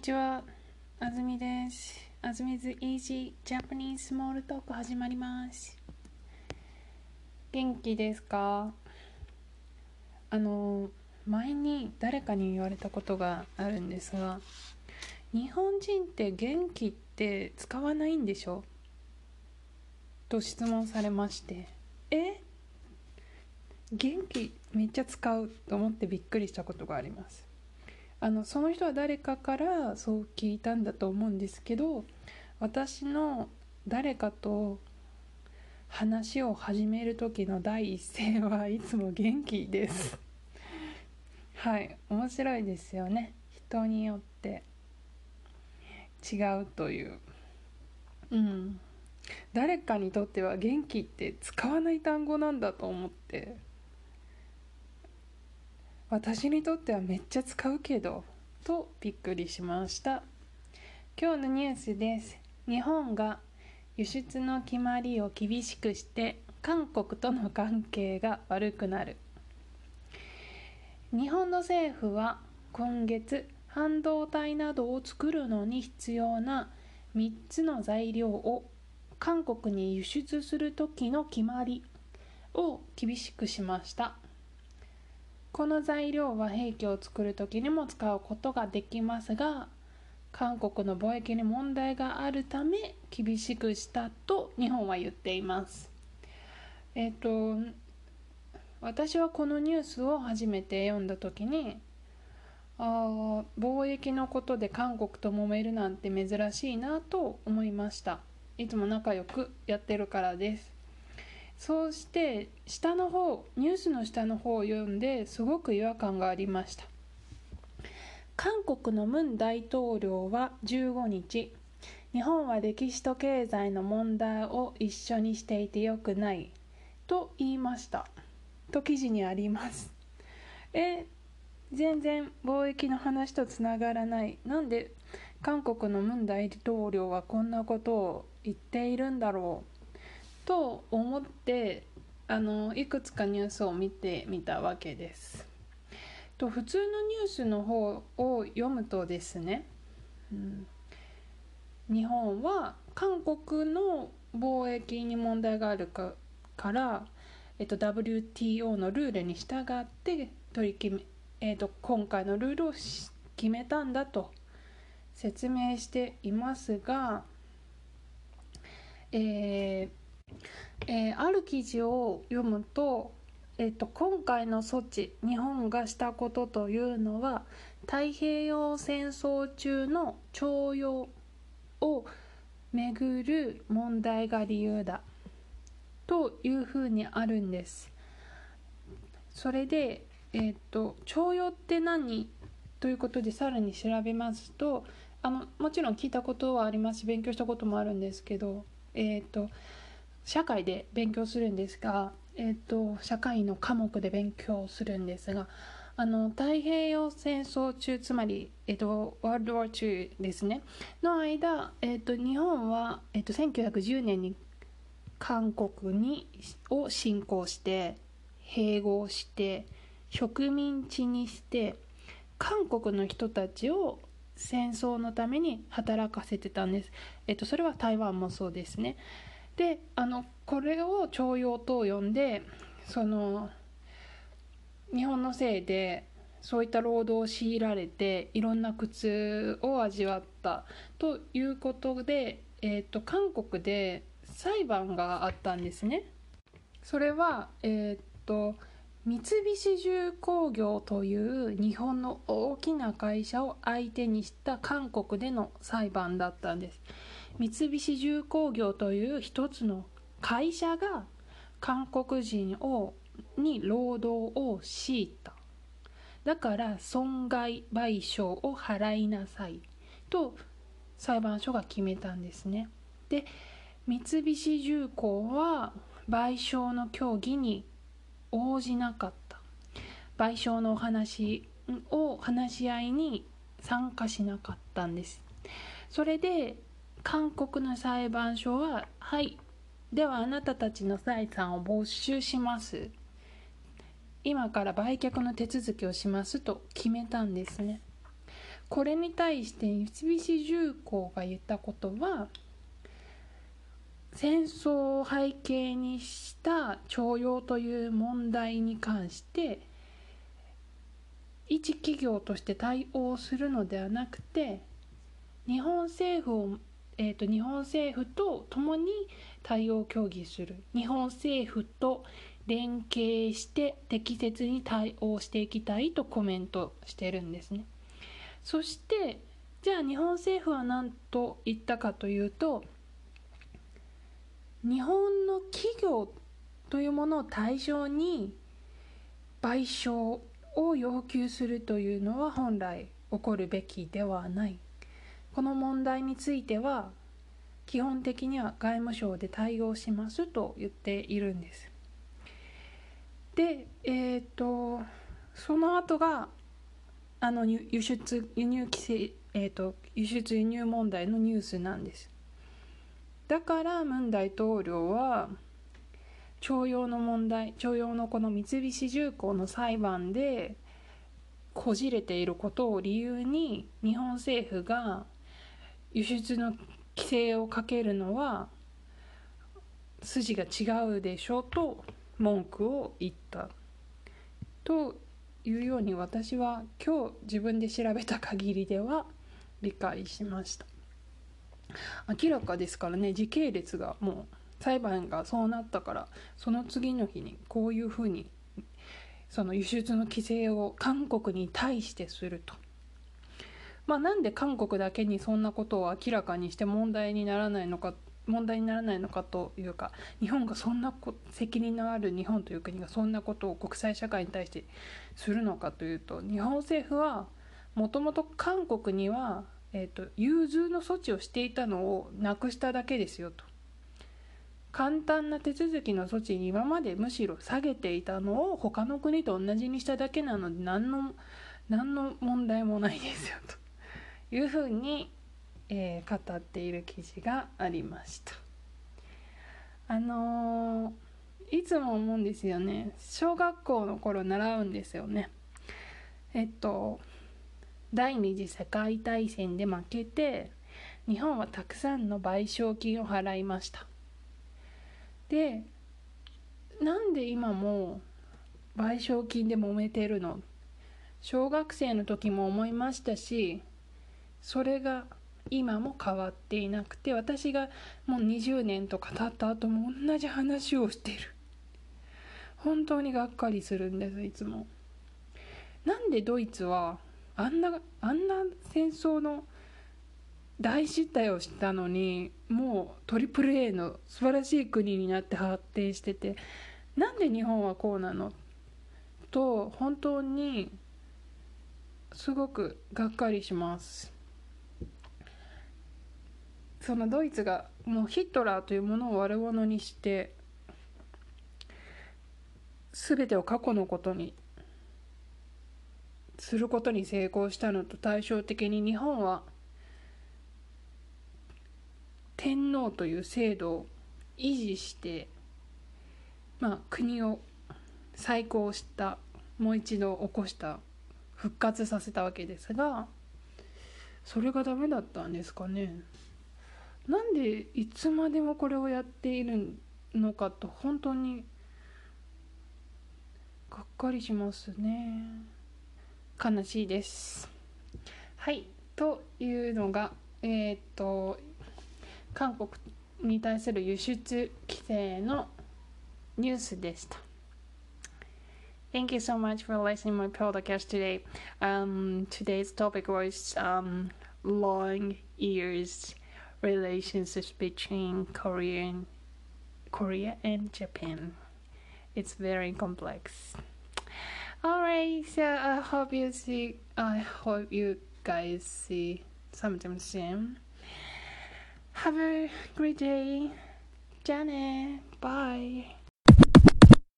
ちは、あずみです。あずみず Easy Japanese Small Talk 始まります。元気ですか？前に誰かに言われたことがあるんですが、日本人って元気って使わないんでしょと質問されまして、元気めっちゃ使うと思ってびっくりしたことがあります。その人は誰かからそう聞いたんだと思うんですけど、私の誰かと話を始める時の第一声はいつも元気ですはい、面白いですよね。人によって違うという。誰かにとっては元気って使わない単語なんだと思って、私にとってはめっちゃ使うけどとびっくりしました。今日のニュースです。日本が輸出の決まりを厳しくして韓国との関係が悪くなる。日本の政府は今月、半導体などを作るのに必要な3つの材料を韓国に輸出する時の決まりを厳しくしました。この材料は兵器を作る時にも使うことができますが、韓国の貿易に問題があるため厳しくしたと日本は言っています。私はこのニュースを初めて読んだ時に、貿易のことで韓国と揉めるなんて珍しいなと思いました。いつも仲良くやってるからです。そうしてニュースの下の方を読んですごく違和感がありました。韓国のムン大統領は15日、日本は歴史と経済の問題を一緒にしていてよくないと言いましたと記事にあります。全然貿易の話とつながらない。なんで韓国のムン大統領はこんなことを言っているんだろうと思って、いくつかニュースを見てみたわけです。普通のニュースの方を読むとですね、日本は韓国の貿易に問題があるから、WTO のルールに従って今回のルールを決めたんだと説明していますが、ある記事を読むと、今回の措置、日本がしたことというのは太平洋戦争中の徴用をめぐる問題が理由だというふうにあるんです。それで、徴用って何ということでさらに調べますと、もちろん聞いたことはありますし勉強したこともあるんですけど、社会で勉強するんですが、社会の科目で勉強するんですが、太平洋戦争中、つまり、ワールドワー2ですねの間、日本は、1910年に韓国を侵攻して併合して植民地にして韓国の人たちを戦争のために働かせてたんです。それは台湾もそうですね。で、これを徴用と呼んで、日本のせいでそういった労働を強いられていろんな苦痛を味わったということで、韓国で裁判があったんですね。それは、三菱重工業という日本の大きな会社を相手にした韓国での裁判だったんです。三菱重工業という一つの会社が韓国人に労働を強いた。だから損害賠償を払いなさいと裁判所が決めたんですね。で、三菱重工は賠償の協議に応じなかった。賠償の話し合いに参加しなかったんです。それで韓国の裁判所は、はい、ではあなたたちの財産を没収します。今から売却の手続きをしますと決めたんですね。 これに対して三菱重工が言ったことは、戦争を背景にした徴用という問題に関して一企業として対応するのではなくて、日本政府と共に対応を協議する、日本政府と連携して適切に対応していきたいとコメントしてるんですね。そしてじゃあ日本政府は何と言ったかというと、日本の企業というものを対象に賠償を要求するというのは本来起こるべきではない。この問題については基本的には外務省で対応しますと言っているんです。で、その後が輸出輸入規制、輸出輸入問題のニュースなんです。だからムン大統領は徴用のこの三菱重工の裁判でこじれていることを理由に、日本政府が輸出の規制をかけるのは筋が違うでしょと文句を言ったというように、私は今日自分で調べた限りでは理解しました。明らかですからね、時系列がもう裁判がそうなったから、その次の日にこういうふうにその輸出の規制を韓国に対してすると。なんで韓国だけにそんなことを明らかにして問題にならないのかというか、日本がそんな責任のある日本という国がそんなことを国際社会に対してするのかというと、日本政府はもともと韓国には融通の措置をしていたのをなくしただけですよと。簡単な手続きの措置に今までむしろ下げていたのを他の国と同じにしただけなので、何の問題もないですよというふうに、語っている記事がありました。いつも思うんですよね。小学校の頃習うんですよね。第二次世界大戦で負けて、日本はたくさんの賠償金を払いました。で、なんで今も賠償金で揉めてるの？小学生の時も思いましたし、それが今も変わっていなくて、私がもう20年とか経った後も同じ話をしている。本当にがっかりするんです、いつも。なんでドイツはあんな戦争の大失態をしたのに、もうAAAの素晴らしい国になって発展してて、なんで日本はこうなのと本当にすごくがっかりします。そのドイツがもうヒトラーというものを悪者にして全てを過去のことにすることに成功したのと対照的に、日本は天皇という制度を維持して、国を再興した、もう一度起こした、復活させたわけですが、それがダメだったんですかね。なんでいつまでもこれをやっているのかと本当にがっかりしますね。悲しいです。はい、というのが韓国に対する輸出規制のニュースでした。Thank you so much for listening to my podcast today. Today's topic was long years relationships between Korea and Japan. It's very complex. Alright, so I hope you guys see sometime soon. Have a great day. じゃあね。Bye.